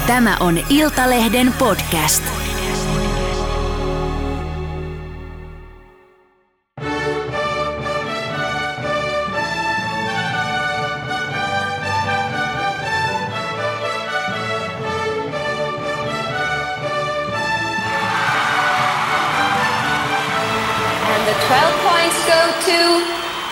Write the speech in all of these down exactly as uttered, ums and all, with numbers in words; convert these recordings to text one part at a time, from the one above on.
Tämä on Iltalehden podcast. And the twelve points go to...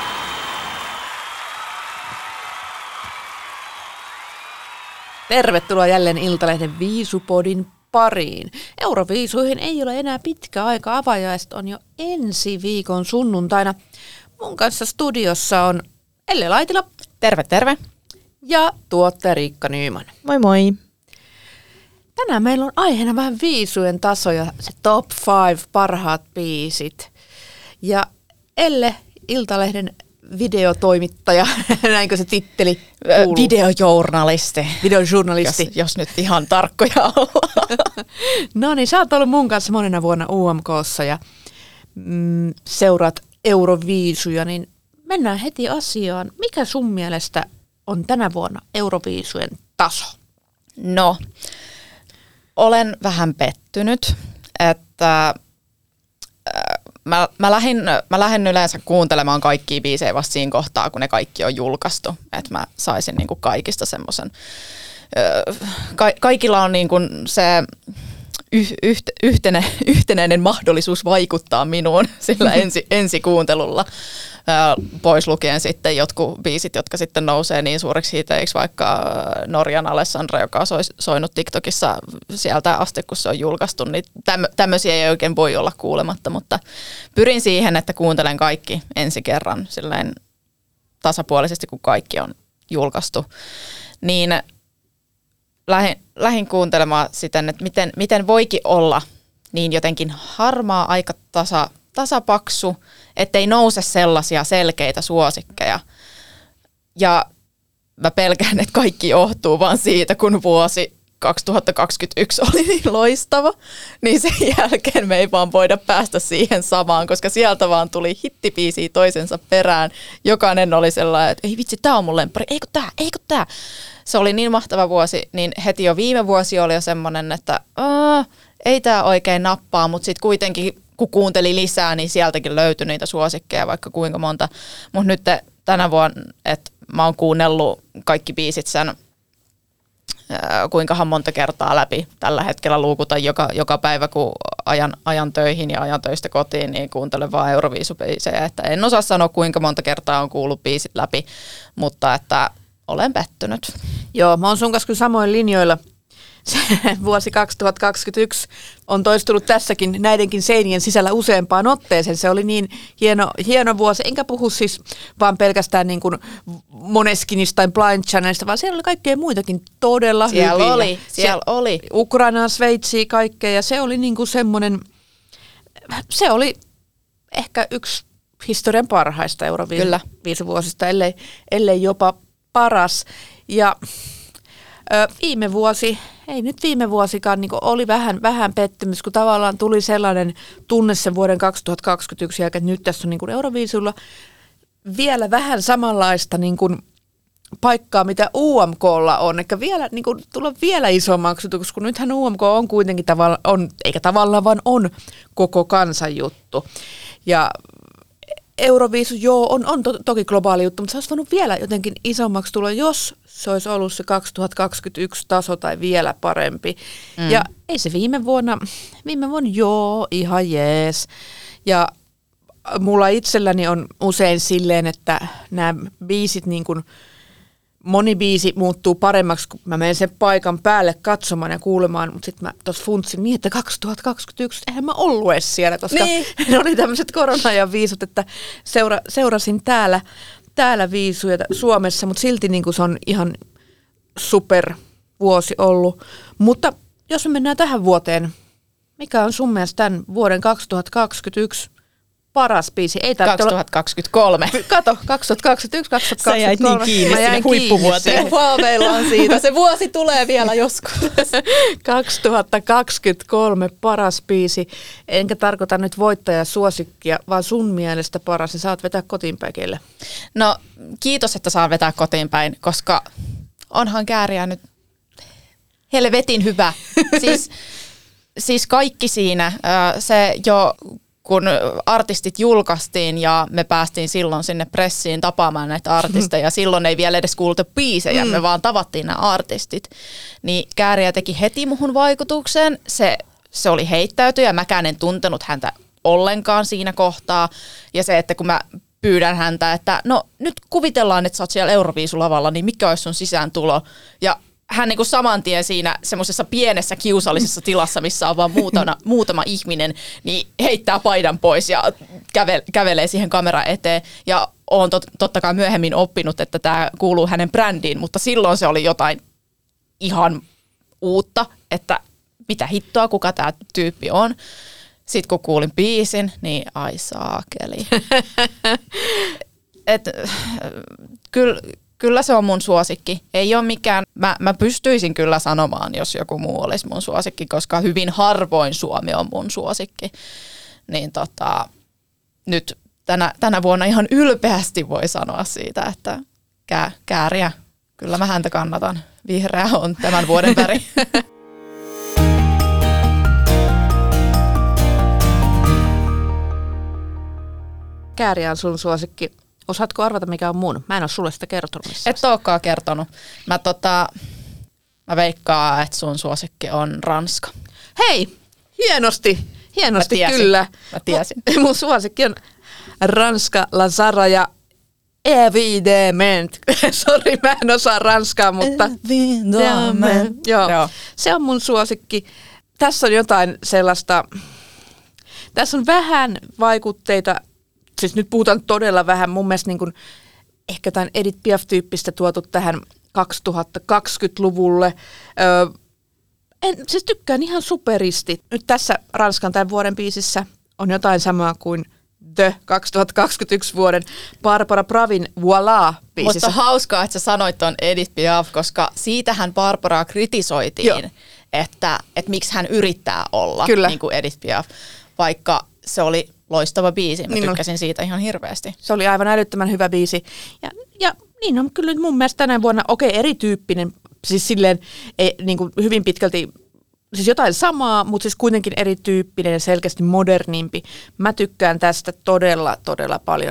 Tervetuloa jälleen Iltalehden Viisupodin pariin. Euroviisuihin ei ole enää pitkä aika, avajaiset on jo ensi viikon sunnuntaina. Mun kanssa studiossa on Elle Laitila. Terve, terve. Ja tuottaja Riikka Nyman. Moi moi. Tänään meillä on aiheena vähän viisujen taso ja se top five parhaat biisit. Ja Elle, Iltalehden videotoimittaja, näinkö se titteli kuuluu? Videojournalisti. Videojournalisti. Jos, jos nyt ihan tarkkoja ollaan. No niin, sä oot ollut mun kanssa monena vuonna U M K:ssa ja mm, seuraat Euroviisuja, niin mennään heti asiaan. Mikä sun mielestä on tänä vuonna Euroviisujen taso? No, olen vähän pettynyt, että Mä, mä, lähdin, mä lähdin yleensä kuuntelemaan kaikkia biisejä vasta siinä kohtaa, kun ne kaikki on julkaistu. Että mä saisin niinku kaikista semmoisen... Ka, kaikilla on niinku se yh, yht, yhtenä, yhtenäinen mahdollisuus vaikuttaa minuun sillä ensi, ensikuuntelulla. Pois lukien sitten jotkut biisit, jotka sitten nousee niin suureksi hiteiksi, vaikka Norjan Alessandra, joka on soinut TikTokissa sieltä asti, kun se on julkaistu, niin tämmöisiä ei oikein voi olla kuulematta, mutta pyrin siihen, että kuuntelen kaikki ensi kerran silleen tasapuolisesti, kun kaikki on julkaistu, niin lähdin, lähdin kuuntelemaan siten, että miten, miten voikin olla niin jotenkin harmaa, aika tasa, tasapaksu, ettei nouse sellaisia selkeitä suosikkeja. Ja mä pelkään, että kaikki johtuu vaan siitä, kun vuosi kaksituhattakaksikymmentäyksi oli niin loistava, niin sen jälkeen me ei vaan voida päästä siihen samaan, koska sieltä vaan tuli hittibiisiä toisensa perään. Jokainen oli sellainen, että ei vitsi, tää on mun lemppari, eikö tää, eikö tää. Se oli niin mahtava vuosi, niin heti jo viime vuosi oli jo semmoinen, että ei tää oikein nappaa, mutta sitten kuitenkin kun kuuntelin lisää, niin sieltäkin löytyi niitä suosikkeja vaikka kuinka monta. Mutta nyt tänä vuonna, että mä oon kuunnellut kaikki biisit sen ää, kuinkahan monta kertaa läpi. Tällä hetkellä luukutan joka, joka päivä, kun ajan, ajan töihin ja ajan töistä kotiin, niin kuuntelen vaan Euroviisubiisejä. Että en osaa sanoa, kuinka monta kertaa on kuullut biisit läpi, mutta että olen pettynyt. Joo, mä oon sun kanssa kyllä samoin linjoilla. Se vuosi kaksituhattakaksikymmentäyksi on toistunut tässäkin näidenkin seinien sisällä useampaan otteeseen. Se oli niin hieno, hieno vuosi, enkä puhu siis vaan pelkästään niin kuin Moneskinista tai Blind Channelista, vaan siellä oli kaikkea muitakin todella siellä hyviä. Oli, siellä se, oli. Ukrainaa, Sveitsiä, kaikkea ja se oli niin kuin semmoinen, se oli ehkä yksi historian parhaista Euroviisuvuosista, ellei, ellei jopa paras. Ja ö, viime vuosi... Ei nyt viime vuosikaan niin oli vähän, vähän pettymys, kun tavallaan tuli sellainen tunne sen vuoden kaksituhattakaksikymmentäyksi jälkeen, että nyt tässä on niin Euroviisulla vielä vähän samanlaista niin kuin paikkaa, mitä U M K:lla on. Eikä vielä, niin kuin, tulla vielä isommaksi, kun nythän U M K on kuitenkin tavallaan, on, eikä tavallaan vaan on koko kansan juttu. Ja Euroviisu, joo, on, on to, toki globaali juttu, mutta se olisi voinut vielä jotenkin isommaksi tulla, jos se olisi ollut se kaksituhattakaksikymmentäyksi taso tai vielä parempi. Mm. Ja ei se viime vuonna, viime vuonna joo, ihan jees. Ja mulla itselläni on usein silleen, että nämä biisit, niin kuin moni biisi muuttuu paremmaksi, kun mä menen sen paikan päälle katsomaan ja kuulemaan, mutta sitten mä tuossa funtsin niin, että kaksituhattakaksikymmentäyksi eihän mä ollut edes siellä, koska niin. Ne oli tämmöiset korona-ajan viisut, että seura, seurasin täällä, täällä viisuja Suomessa, mutta silti niin kuin se on ihan super vuosi ollut. Mutta jos me mennään tähän vuoteen, mikä on sun mielestä tämän vuoden kaksituhattakaksikymmentäyksi paras biisi? Ei kaksituhattakaksikymmentäkolme. Olla... Kato, kaksituhattakaksikymmentäyksi kaksituhattakaksikymmentäkolme. Sä jäit niin kiinni sinne huippuvuoteen. Haaveillaan siitä. Se vuosi tulee vielä joskus. kaksituhattakaksikymmentäkolme paras biisi. Enkä tarkoita nyt voittajasuosikkia, vaan sun mielestä paras. Ja saat vetää kotiin päin kelle? No kiitos, että saan vetää kotiin päin, koska onhan Kääriä nyt helvetin hyvä. Siis, siis kaikki siinä, se jo kun artistit julkaistiin ja me päästiin silloin sinne pressiin tapaamaan näitä artisteja, silloin ei vielä edes kuultu biisejä, mm. me vaan tavattiin nämä artistit, niin Kääriä teki heti muhun vaikutuksen, se, se oli heittäytyjä, mäkään en tuntenut häntä ollenkaan siinä kohtaa, ja se, että kun mä pyydän häntä, että no nyt kuvitellaan, että sä oot siellä Euroviisulavalla, niin mikä olisi sun sisääntulo, ja hän niin kuin saman tien siinä semmoisessa pienessä kiusallisessa tilassa, missä on vaan muutama, muutama ihminen, niin heittää paidan pois ja käve, kävelee siihen kameran eteen. Ja olen tot, totta kai myöhemmin oppinut, että tämä kuuluu hänen brändiin, mutta silloin se oli jotain ihan uutta, että mitä hittoa, kuka tämä tyyppi on. Sitten kun kuulin biisin, niin ai saakeli. Et, kyllä... Kyllä se on mun suosikki. Ei ole mikään, mä, mä pystyisin kyllä sanomaan, jos joku muu olisi mun suosikki, koska hyvin harvoin Suomi on mun suosikki. Niin tota, nyt tänä, tänä vuonna ihan ylpeästi voi sanoa siitä, että kää, Kääriä, kyllä mä häntä kannatan. Vihreä on tämän vuoden väri. Kääriä on sun suosikki. Osaatko arvata, mikä on mun? Mä en ole sulle sitä kertonut missään. Et olekaan kertonut. Mä, tota, mä veikkaan, että sun suosikki on Ranska. Hei, hienosti, hienosti mä tiesin, kyllä. Mä tiesin. Mun, mun suosikki on Ranska, Lazara ja Evidement. Sori, mä en osaa ranskaa, mutta Evidement. Joo, Joo. Se on mun suosikki. Tässä on jotain sellaista, tässä on vähän vaikutteita. Siis nyt puhutaan todella vähän, mun mielestä niin kuin ehkä jotain Edith Piaf-tyyppistä tuotu tähän kaksituhattakaksikymmentäluvulle. Öö, en, siis tykkään ihan superisti. Nyt tässä Ranskan tämän vuoden biisissä on jotain samaa kuin The kaksituhattakaksikymmentäyksi vuoden Barbara Pravin Voilà-biisissä. Mutta hauskaa, että sä sanoit ton Edith Piaf, koska siitähän Barbaraa kritisoitiin, Joo. että, että miksi hän yrittää olla Kyllä. niin kuin Edith Piaf, vaikka se oli loistava biisi. Mä niin tykkäsin oli. siitä ihan hirveästi. Se oli aivan älyttömän hyvä biisi. Ja, ja niin on kyllä mun mielestä tänä vuonna okei okay, erityyppinen, siis silleen ei, niin kuin hyvin pitkälti, siis jotain samaa, mutta siis kuitenkin erityyppinen ja selkeästi modernimpi. Mä tykkään tästä todella, todella paljon.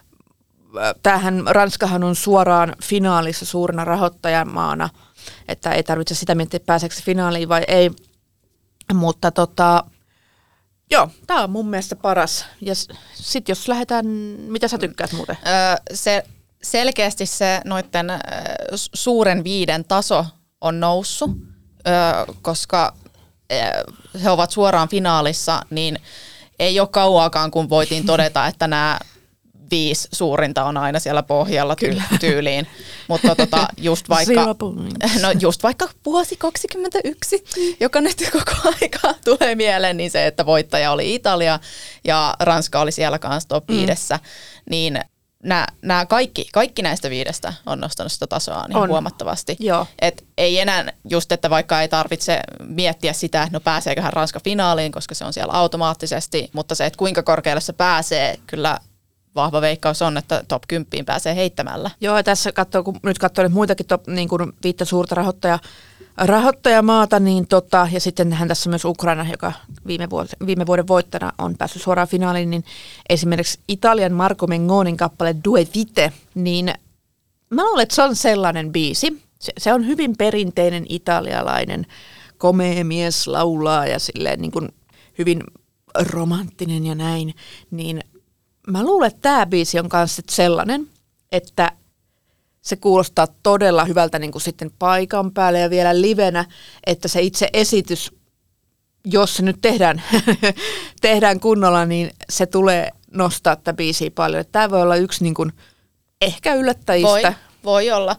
Tämähän Ranskahan on suoraan finaalissa suurena rahoittajamaana, että ei tarvitse sitä miettiä, pääseekö finaaliin vai ei, mutta tota... Joo, tää on mun mielestä paras. Ja sit jos lähdetään, mitä sä tykkäät muuten? Öö, se, selkeästi se noitten ö, suuren viiden taso on noussut, öö, koska ö, he ovat suoraan finaalissa, niin ei ole kauaakaan, kun voitiin todeta, että nämä viisi suurinta on aina siellä pohjalla ty- tyyliin. Mutta tota, just vaikka, no just vaikka vuosi kaksikymmentäyksi, joka nyt koko aika tulee mieleen, niin se, että voittaja oli Italia ja Ranska oli siellä kanssa top viidessä, mm. niin nämä kaikki, kaikki näistä viidestä on nostanut sitä tasoa niin huomattavasti. Et ei enää just, että vaikka ei tarvitse miettiä sitä, että no pääseeköhän Ranska finaaliin, koska se on siellä automaattisesti, mutta se, että kuinka korkealle se pääsee, kyllä vahva veikkaus on, että top kymmenen pääsee heittämällä. Joo, ja tässä katsoo, kun nyt katsoo nyt muitakin top, niin kuin viittä suurta rahoittaja, rahoittajamaata, niin tota, ja sitten hän tässä myös Ukraina, joka viime vuoden, viime vuoden voittajana on päässyt suoraan finaaliin, niin esimerkiksi Italian Marco Mengonin kappale Due Vite, niin mä luulen, että se on sellainen biisi. Se, se on hyvin perinteinen italialainen komea mies laulaa ja silleen niin kuin hyvin romanttinen ja näin, niin mä luulen, että tämä biisi on myös sellainen, että se kuulostaa todella hyvältä niin kuin sitten paikan päälle ja vielä livenä, että se itse esitys, jos se nyt tehdään, tehdään kunnolla, niin se tulee nostaa tätä biisiä paljon. Tämä voi olla yksi niin kuin ehkä yllättäjistä. Voi, voi olla.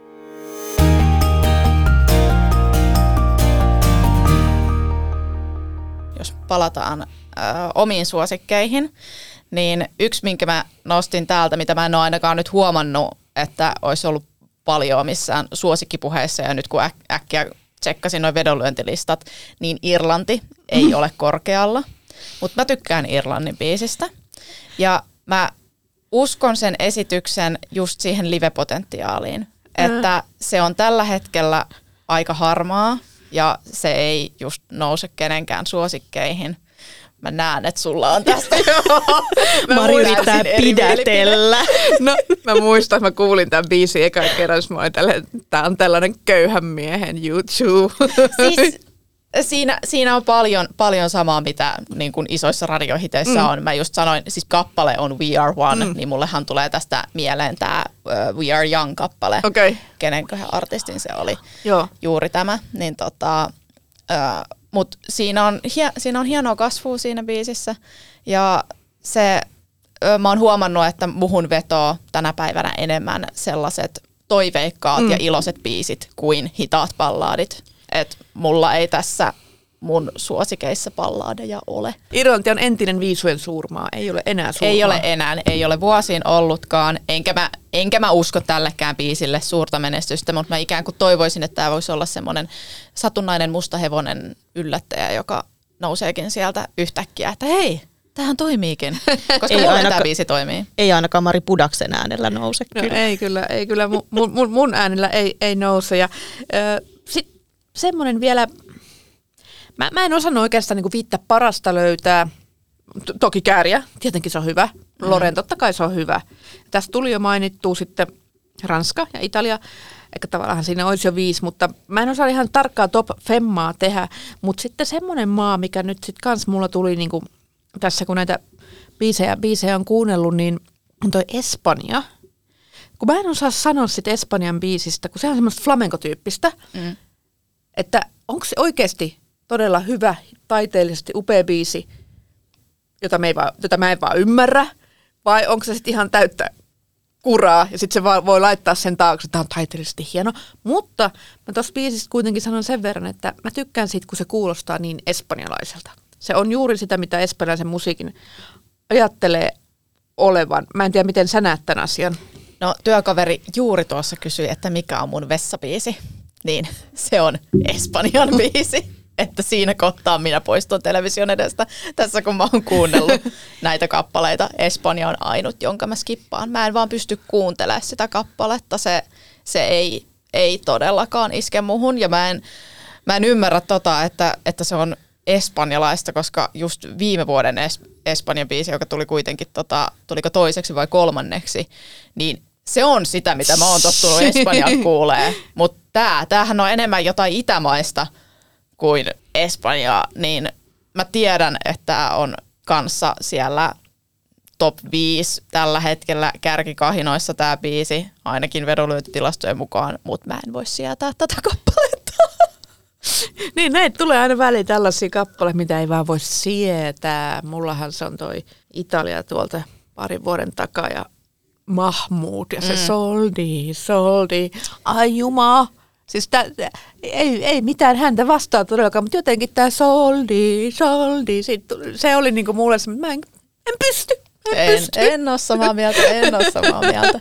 Jos palataan äh, omiin suosikkeihin, niin yksi, minkä mä nostin täältä, mitä mä en ole ainakaan nyt huomannut, että olisi ollut paljon missään suosikkipuheissa, ja nyt kun äk- äkkiä tsekkasin noin vedonlyöntilistat, niin Irlanti ei ole korkealla, mutta mä tykkään Irlannin biisistä, ja mä uskon sen esityksen just siihen live-potentiaaliin, että se on tällä hetkellä aika harmaa, ja se ei just nouse kenenkään suosikkeihin. Mä näen, että sulla on tästä. Mari yrittää pidätellä. No, mä muistan, että mä kuulin tämän biisin eka kerran, jos mä olin tällainen, tää on tällainen köyhän miehen YouTube. Siis siinä, siinä on paljon, paljon samaa, mitä niin kuin isoissa radiohiteissä mm. on. Mä just sanoin, siis kappale on We Are One, mm. niin mullehan tulee tästä mieleen tämä uh, We Are Young-kappale. Okay. Kenenköhän artistin se oli. Joo. Juuri tämä. Niin tota, uh, Mutta siinä on, siinä on hienoa kasvua siinä biisissä ja se, mä oon huomannut, että muhun vetoo tänä päivänä enemmän sellaiset toiveikkaat mm. ja iloiset biisit kuin hitaat ballaadit. Et mulla ei tässä mun suosikeissa ballaadeja ole. Irlanti on entinen viisujen suurmaa, ei ole enää suurmaa. Ei ole enää, ei ole vuosiin ollutkaan, enkä mä, enkä mä usko tällekään biisille suurta menestystä, mutta mä ikään kuin toivoisin, että tämä voisi olla semmoinen satunnainen musta hevonen yllättäjä, joka nouseekin sieltä yhtäkkiä, että hei, tämähän toimiikin, koska mulle tämä biisi toimii. Ei ainakaan Mari Pudaksen äänellä nouse. No, kyllä. ei kyllä, ei kyllä mun, mun, mun äänellä ei, ei nouse. Ja, äh, sitten semmoinen vielä... Mä, mä en osannut oikeastaan niinku viittä parasta löytää. T- toki Kääriä, tietenkin se on hyvä. Loren, mm. totta kai se on hyvä. Tässä tuli jo mainittua sitten Ranska ja Italia. Eikä tavallaan siinä olisi jo viisi, mutta mä en osaa ihan tarkkaa top femmaa tehdä. Mutta sitten semmoinen maa, mikä nyt sitten kans mulla tuli niinku tässä, kun näitä biisejä, biisejä on kuunnellut, niin on toi Espanja. Kun mä en osaa sanoa sit Espanjan biisistä, kun se on semmoista flamenco-tyyppistä, mm. että onko se oikeasti todella hyvä, taiteellisesti upea biisi, jota, me ei vaan, jota mä en vaan ymmärrä, vai onko se sitten ihan täyttä kuraa, ja sitten se vaan voi laittaa sen taakse, että tämä on taiteellisesti hieno. Mutta mä tuossa biisistä kuitenkin sanon sen verran, että mä tykkään siitä, kun se kuulostaa niin espanjalaiselta. Se on juuri sitä, mitä espanjalaisen musiikin ajattelee olevan. Mä en tiedä, miten sä näet tämän asian. No työkaveri juuri tuossa kysyi, että mikä on mun vessabiisi. Niin se on Espanjan biisi. Että siinä kohtaa minä poistun television edestä. Tässä kun mä oon kuunnellut näitä kappaleita, Espanja on ainut, jonka mä skippaan. Mä en vaan pysty kuuntelemaan sitä kappaletta. Se, se ei, ei todellakaan iske muhun. Ja mä en, mä en ymmärrä tota, että, että se on espanjalaista, koska just viime vuoden es, Espanjan biisi, joka tuli kuitenkin, tota, tuliko toiseksi vai kolmanneksi, niin se on sitä, mitä mä oon tottunut Espanjalta kuulee. Mutta tää, tämähän on enemmän jotain itämaista kuin Espanjaa, niin mä tiedän, että tää on kanssa siellä top viisi tällä hetkellä kärkikahinoissa tää biisi, ainakin vedonlyöntitilastojen mukaan, mutta mä en voi sietää tätä kappaletta. Niin, näitä tulee aina väliin tällaisia kappaleita, mitä ei vaan voi sietää. Mullahan se on toi Italia tuolta parin vuoden takaa ja Mahmoud ja se mm. soldi, soldi, ai juma. Siis tää, ei, ei mitään häntä vastaa todellakaan, mutta jotenkin tämä soldi, soldi, se oli niinku mulle se, mä en, en pysty, en, en pysty. En ole samaa mieltä, en ole samaa mieltä.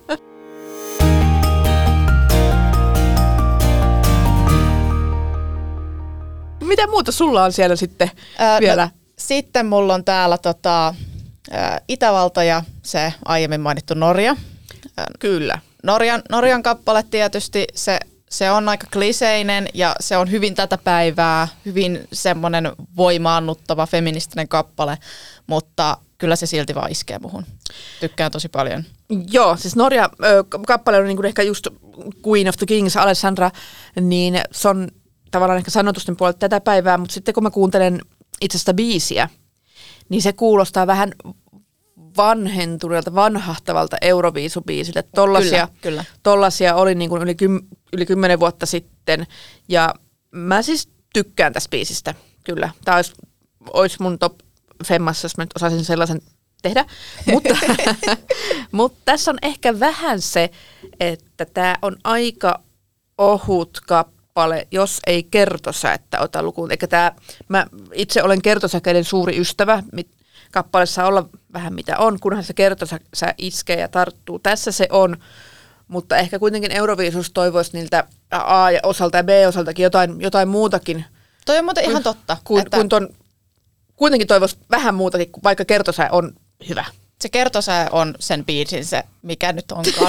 Mitä muuta sulla on siellä sitten Ää, vielä? No, sitten mulla on täällä tota, ä, Itävalta ja se aiemmin mainittu Norja. Kyllä. Norjan, Norjan kappale tietysti, se, se on aika kliseinen ja se on hyvin tätä päivää, hyvin semmoinen voimaannuttava feministinen kappale, mutta kyllä se silti vaan iskee muhun. Tykkään tosi paljon. Joo, siis Norja ö, kappale on niin kuin ehkä just Queen of the Kings, Alessandra, niin se on tavallaan ehkä sanotusten puolelta tätä päivää, mutta sitten kun mä kuuntelen itse sitä biisiä, niin se kuulostaa vähän vanhentuneelta, vanhahtavalta Euroviisubiisiltä. Tollasia, kyllä, kyllä. tollasia oli niin kuin yli, kym, yli kymmenen vuotta sitten, ja mä siis tykkään tästä biisistä, kyllä. Tämä olisi, olisi mun top femmassa, jos mä nyt osaisin sellaisen tehdä, mutta, mutta tässä on ehkä vähän se, että tämä on aika ohut kappale, jos ei kertosäettä ota lukuun. Eikä tämä, mä itse olen kertosäkeiden suuri ystävä, kappaleessa saa olla vähän mitä on, kunhan se kertosä iskee ja tarttuu. Tässä se on, mutta ehkä kuitenkin Euroviisus toivoisi niiltä A- ja osalta ja B-osaltakin jotain, jotain muutakin. Toi on muuten kuin, ihan totta. Kuin, että kuin ton, kuitenkin toivoisi vähän muutakin, vaikka kertosä on hyvä. Se kertosäe on sen biisin se, mikä nyt onkaan.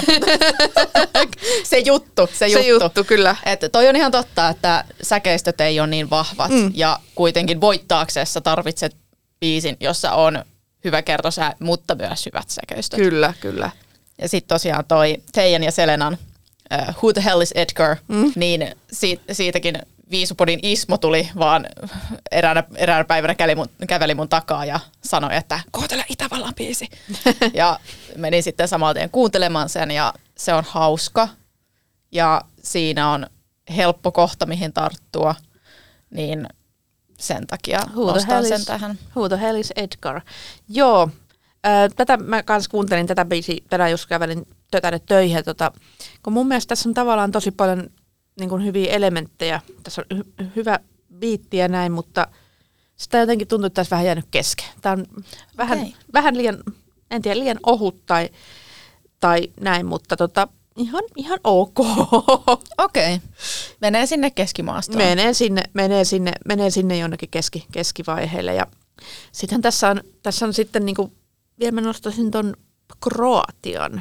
se juttu, se, Se juttu. juttu, kyllä. Että toi on ihan totta, että säkeistöt ei ole niin vahvat mm. ja kuitenkin voittaaksessa tarvitset biisin, jossa on hyvä kertosäe, mutta myös hyvät säkeistöt. Kyllä, kyllä. Ja sitten tosiaan toi Teijan ja Selenan uh, Who the Hell is Edgar, mm. niin siitä, siitäkin Viisupodin Ismo tuli vaan eräänä, eräänä päivänä käveli mun, käveli mun takaa ja sanoi, että kuuntele Itävallan biisi. Ja menin sitten samalta tien kuuntelemaan sen ja se on hauska ja siinä on helppo kohta, mihin tarttua, niin sen takia nostan sen tähän. Who the hell is Edgar? Joo, äh, tätä mä kans kuuntelin tätä biisiä, tänään just kävelin tänne töihin. Tota, kun mun mielestä tässä on tavallaan tosi paljon niin kuin hyviä elementtejä. Tässä on hy- hyvä biitti ja näin, mutta sitä jotenkin tuntuu, että tässä vähän jäänyt kesken. Tämä on vähän, okay. vähän liian, en tiedä, liian ohut tai, tai näin, mutta tota, ihan, ihan ok. Okei. Okay. Menee sinne keskimaastoon. Menee sinne, menee sinne, menee sinne jonnekin keski, keskivaiheelle. Ja sitten tässä on, tässä on sitten, niin kuin, vielä mä nostaisin ton Kroatian.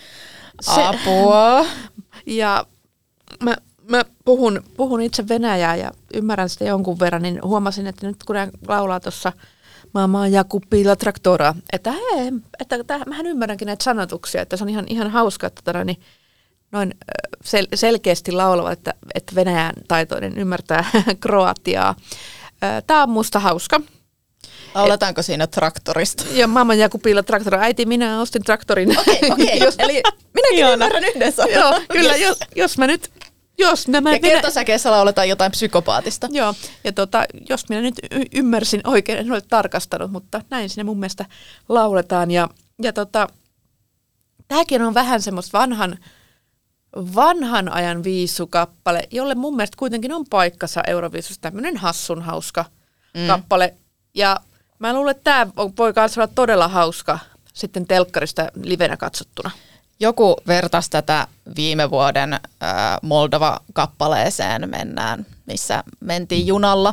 Se, Apua. Ja mä, mä puhun, puhun itse venäjää ja ymmärrän sitä jonkun verran, niin huomasin, että nyt kun ne laulaa tuossa Mama Jakubila Traktora, että hei, että täh, mähän ymmärränkin näitä sanotuksia, että se on ihan, ihan hauska, että tota, niin, noin sel, selkeästi laulava, että, että venäjän taitoinen ymmärtää kroatiaa. Tämä on musta hauska. Lauletaanko siinä traktorista? Ja Mama Jakubila Traktora. Äiti, minä ostin traktorin. Okei, okay, okei. Okay. Eli minäkin ymmärrän yhdessä. Joo, kyllä, jos, jos mä nyt... Jos nämä ja kertosäkeessä lauletaan jotain psykopaatista. Joo, ja tota, jos minä nyt y- ymmärsin oikein, en ole tarkastanut, mutta näin sinne mun mielestä lauletaan. Ja, ja tota, tämäkin on vähän semmoista vanhan, vanhan ajan viisukappale, jolle mun mielestä kuitenkin on paikkansa Euroviisussa tämmöinen hassun hauska mm. kappale. Ja mä luulen, että tämä voi myös olla todella hauska sitten telkkarista livenä katsottuna. Joku vertasi tätä viime vuoden äh, Moldova-kappaleeseen mennään, missä mentiin junalla.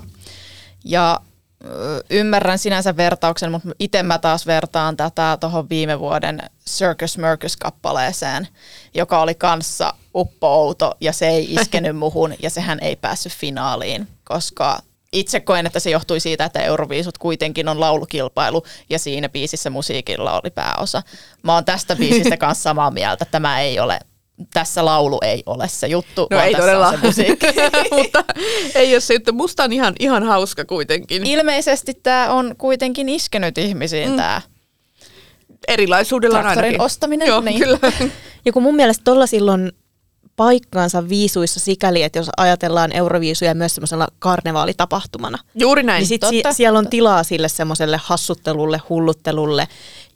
Ja äh, ymmärrän sinänsä vertauksen, mutta itse mä taas vertaan tätä tuohon viime vuoden Circus Mircus-kappaleeseen, joka oli kanssa uppo-outo ja se ei iskenyt muhun ja sehän ei päässyt finaaliin, koska itse koen, että se johtui siitä, että Euroviisut kuitenkin on laulukilpailu ja siinä biisissä musiikilla oli pääosa. Mä oon tästä biisistä kanssa samaa mieltä, että tämä ei ole, tässä laulu ei ole se juttu, no vaan ei tässä todella. on se musiikki. Mutta ei ole se juttu, musta on ihan, ihan hauska kuitenkin. Ilmeisesti tämä on kuitenkin iskenyt ihmisiin mm. tämä erilaisuudella traktorin ostaminen. Joo, niin. kyllä. Ja kun mun mielestä tolla silloin paikkaansa viisuissa sikäli, että jos ajatellaan Euroviisuja myös semmoisella karnevaalitapahtumana. Juuri näin. Niin sit si- siellä on tilaa sille semmoiselle hassuttelulle, hulluttelulle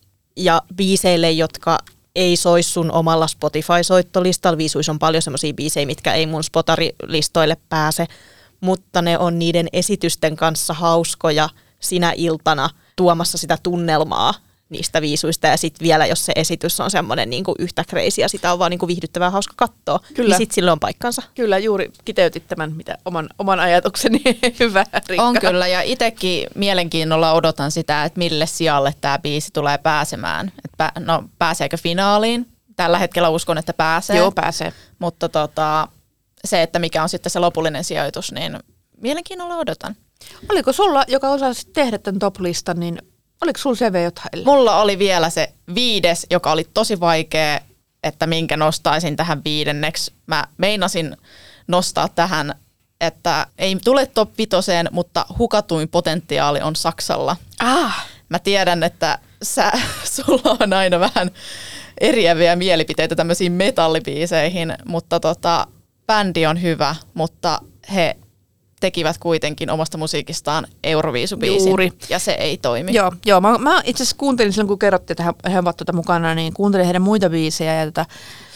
ja biiseille, jotka ei soi sun omalla Spotify-soittolistalla. Viisuissa on paljon semmoisia biisejä, mitkä ei mun Spotari-listoille pääse, mutta ne on niiden esitysten kanssa hauskoja sinä iltana tuomassa sitä tunnelmaa niistä viisuista ja sitten vielä, jos se esitys on semmoinen niinku yhtä crazy ja sitä on vaan niinku viihdyttävää hauska katsoa, kyllä. Niin sitten sillä on paikkansa. Kyllä, juuri kiteytit tämän mitä oman, oman ajatukseni hyvä, Riikka. On kyllä, ja itsekin mielenkiinnolla odotan sitä, että mille sijalle tämä biisi tulee pääsemään. Et pä, no, pääseekö finaaliin? Tällä hetkellä uskon, että pääsee. Joo, pääsee. Mutta tota, se, että mikä on sitten se lopullinen sijoitus, niin mielenkiinnolla odotan. Oliko sulla, joka osasi tehdä tämän top-listan, niin oliko sulla se vielä jotain? Mulla oli vielä se viides, joka oli tosi vaikea, että minkä nostaisin tähän viidenneksi. Mä meinasin nostaa tähän, että ei tule top vitoseen, mutta hukatuin potentiaali on Saksalla. Ah. Mä tiedän, että sä, sulla on aina vähän eriäviä mielipiteitä tämmöisiin metallibiiseihin, mutta tota, bändi on hyvä, mutta he tekivät kuitenkin omasta musiikistaan Euroviisubiisin. Juuri. Ja se ei toimi. Joo, joo mä, mä itse asiassa kuuntelin silloin, kun kerrottiin, että he ovat tuota mukana, niin kuuntelin heidän muita biisejä ja tätä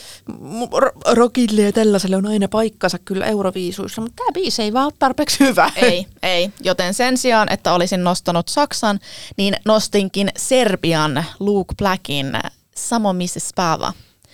rockille ja tällaiselle on aina paikkansa kyllä Euroviisuissa, mutta tämä biisi ei vaan ole tarpeeksi hyvä. Ei, ei. Joten sen sijaan, että olisin nostanut Saksan, niin nostinkin Serbian Luke Blackin Samo mi se spava.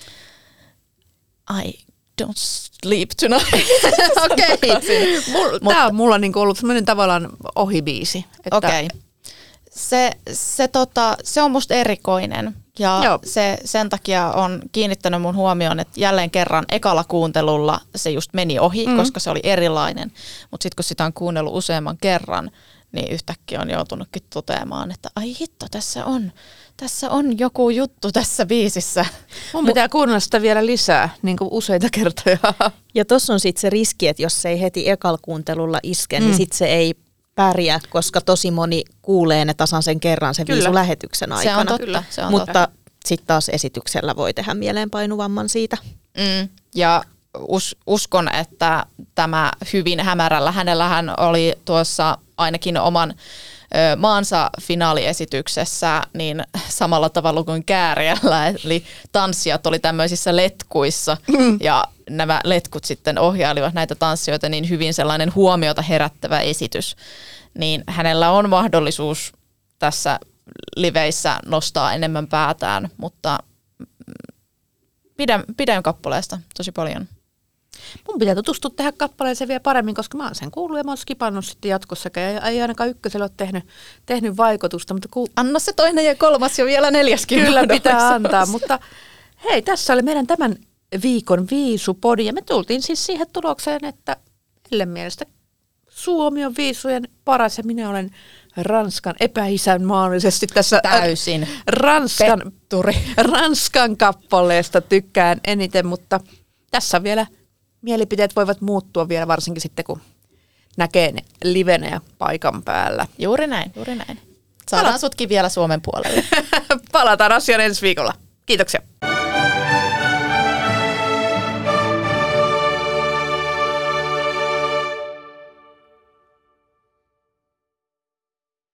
I don't sleep tonight. Okei. Okay. Tämä on mulla niinku ollut sellainen tavallaan ohibiisi. Okei. Okay. Se, se, tota, se on musta erikoinen Ja se sen takia on kiinnittänyt mun huomioon, että jälleen kerran ekalla kuuntelulla se just meni ohi, mm. koska se oli erilainen. Mutta sitten kun sitä on kuunnellut useamman kerran, niin yhtäkkiä on joutunutkin toteamaan, että ai hitto, tässä on, tässä on joku juttu tässä biisissä. Mun pitää kuunnella sitä vielä lisää, niin kuin useita kertoja. Ja tuossa on sitten se riski, että jos se ei heti ekalla kuuntelulla iske, mm. niin sitten se ei pärjää, koska tosi moni kuulee ne tasan sen kerran sen viisulähetyksen aikana. Se on totta. Kyllä. Se on Mutta sitten taas esityksellä voi tehdä mieleenpainuvamman siitä. Mm. Ja us, uskon, että tämä hyvin hämärällä, hänellähän oli tuossa ainakin oman ö, maansa finaaliesityksessä niin samalla tavalla kuin Kääriällä, eli tanssijat oli tämmöisissä letkuissa mm. ja nämä letkut sitten ohjailivat näitä tanssijoita, niin hyvin sellainen huomiota herättävä esitys. Niin hänellä on mahdollisuus tässä liveissä nostaa enemmän päätään, mutta pidän, pidän kappaleesta tosi paljon. Mun pitää tutustua tähän kappaleeseen vielä paremmin, koska mä oon sen kuullut ja mä oon skipannut sitten jatkossakin. Ei, ei ainakaan ykkösellä ole tehnyt, tehnyt vaikutusta. Mutta ku... Anna se toinen ja kolmas ja vielä neljäskin. Kyllä pitää antaa, mutta hei, tässä oli meidän tämän viikon viisupodi. Ja me tultiin siis siihen tulokseen, että Ellen mielestä Suomi on viisujen paras ja minä olen Ranskan epäisänmaallisesti tässä täysin Ranskan, petturi. Ranskan kappaleesta tykkään eniten, mutta tässä vielä mielipiteet voivat muuttua vielä varsinkin sitten, kun näkee ne livenä ja paikan päällä. Juuri näin, juuri näin. Saadaan Pala- sutkin vielä Suomen puolelle. Palataan asiaan ensi viikolla. Kiitoksia.